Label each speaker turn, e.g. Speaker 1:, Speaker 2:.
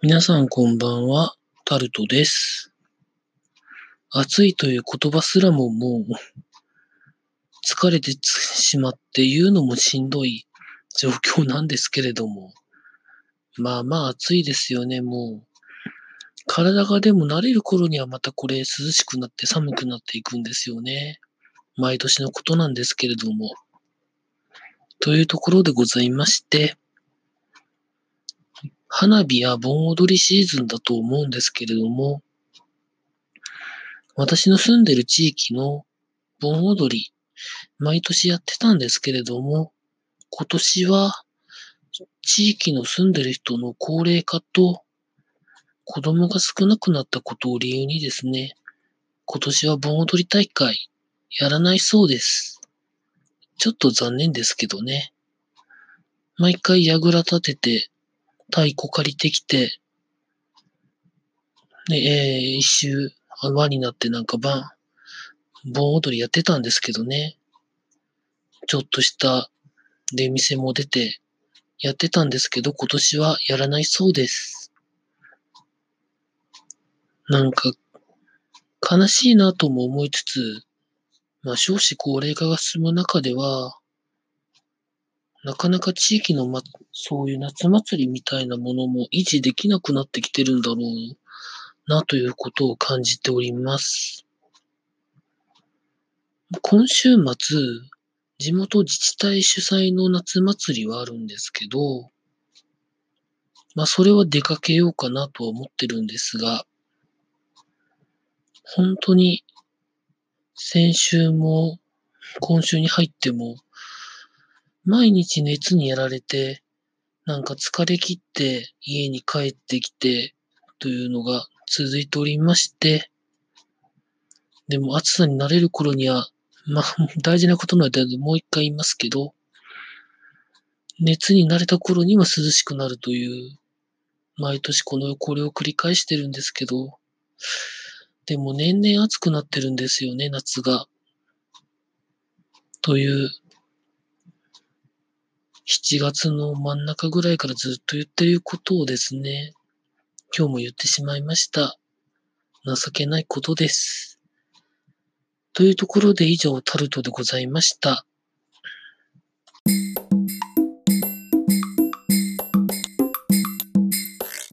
Speaker 1: 皆さんこんばんは、タルトです。暑いという言葉すらももう疲れてしまって言うのもしんどい状況なんですけれども。まあまあ暑いですよね、もう。体がでも慣れる頃にはまたこれ涼しくなって寒くなっていくんですよね。毎年のことなんですけれども。というところでございまして、花火や盆踊りシーズンだと思うんですけれども、私の住んでる地域の盆踊り、毎年やってたんですけれども、今年は地域の住んでる人の高齢化と子供が少なくなったことを理由にですね、今年は盆踊り大会やらないそうです。ちょっと残念ですけどね。毎回櫓立てて太鼓借りてきて、ね、一周輪になって盆踊りやってたんですけどね。ちょっとした出店も出てやってたんですけど、今年はやらないそうです。なんか悲しいなとも思いつつ、少子高齢化が進む中では、なかなか地域のそういう夏祭りみたいなものも維持できなくなってきてるんだろうなということを感じております。今週末、地元自治体主催の夏祭りはあるんですけど、それは出かけようかなとは思ってるんですが、本当に先週も今週に入っても、毎日熱にやられて、疲れ切って家に帰ってきてというのが続いておりまして、でも暑さに慣れる頃には、大事なことなのでもう一回言いますけど、熱に慣れた頃には涼しくなるという、毎年これを繰り返してるんですけど、でも年々暑くなってるんですよね、夏が。という、7月の真ん中ぐらいからずっと言ってることをですね、今日も言ってしまいました。情けないことです。というところで以上タルトでございました。